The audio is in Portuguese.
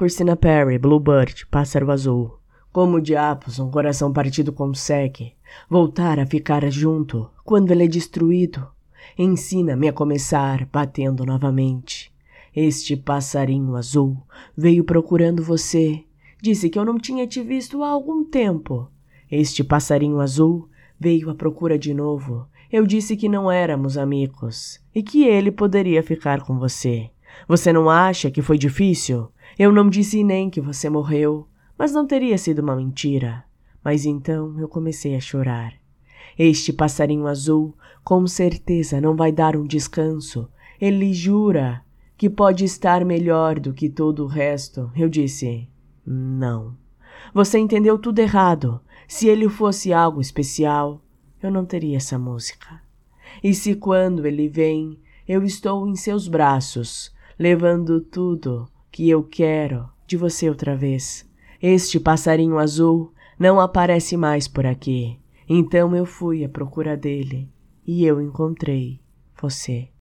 Christina Perry, Bluebird, Pássaro Azul. Como diabos um coração partido consegue voltar a ficar junto quando ele é destruído? Ensina-me a começar batendo novamente. Este passarinho azul veio procurando você. Disse que eu não tinha te visto há algum tempo. Este passarinho azul veio à procura de novo. Eu disse que não éramos amigos e que ele poderia ficar com você. Você não acha que foi difícil? Eu não disse nem que você morreu, mas não teria sido uma mentira. Mas então eu comecei a chorar. Este passarinho azul com certeza não vai dar um descanso. Ele jura que pode estar melhor do que todo o resto. Eu disse, não. Você entendeu tudo errado. Se ele fosse algo especial, eu não teria essa música. E se quando ele vem, eu estou em seus braços, levando tudo que eu quero de você outra vez. Este passarinho azul não aparece mais por aqui. Então eu fui à procura dele e eu encontrei você.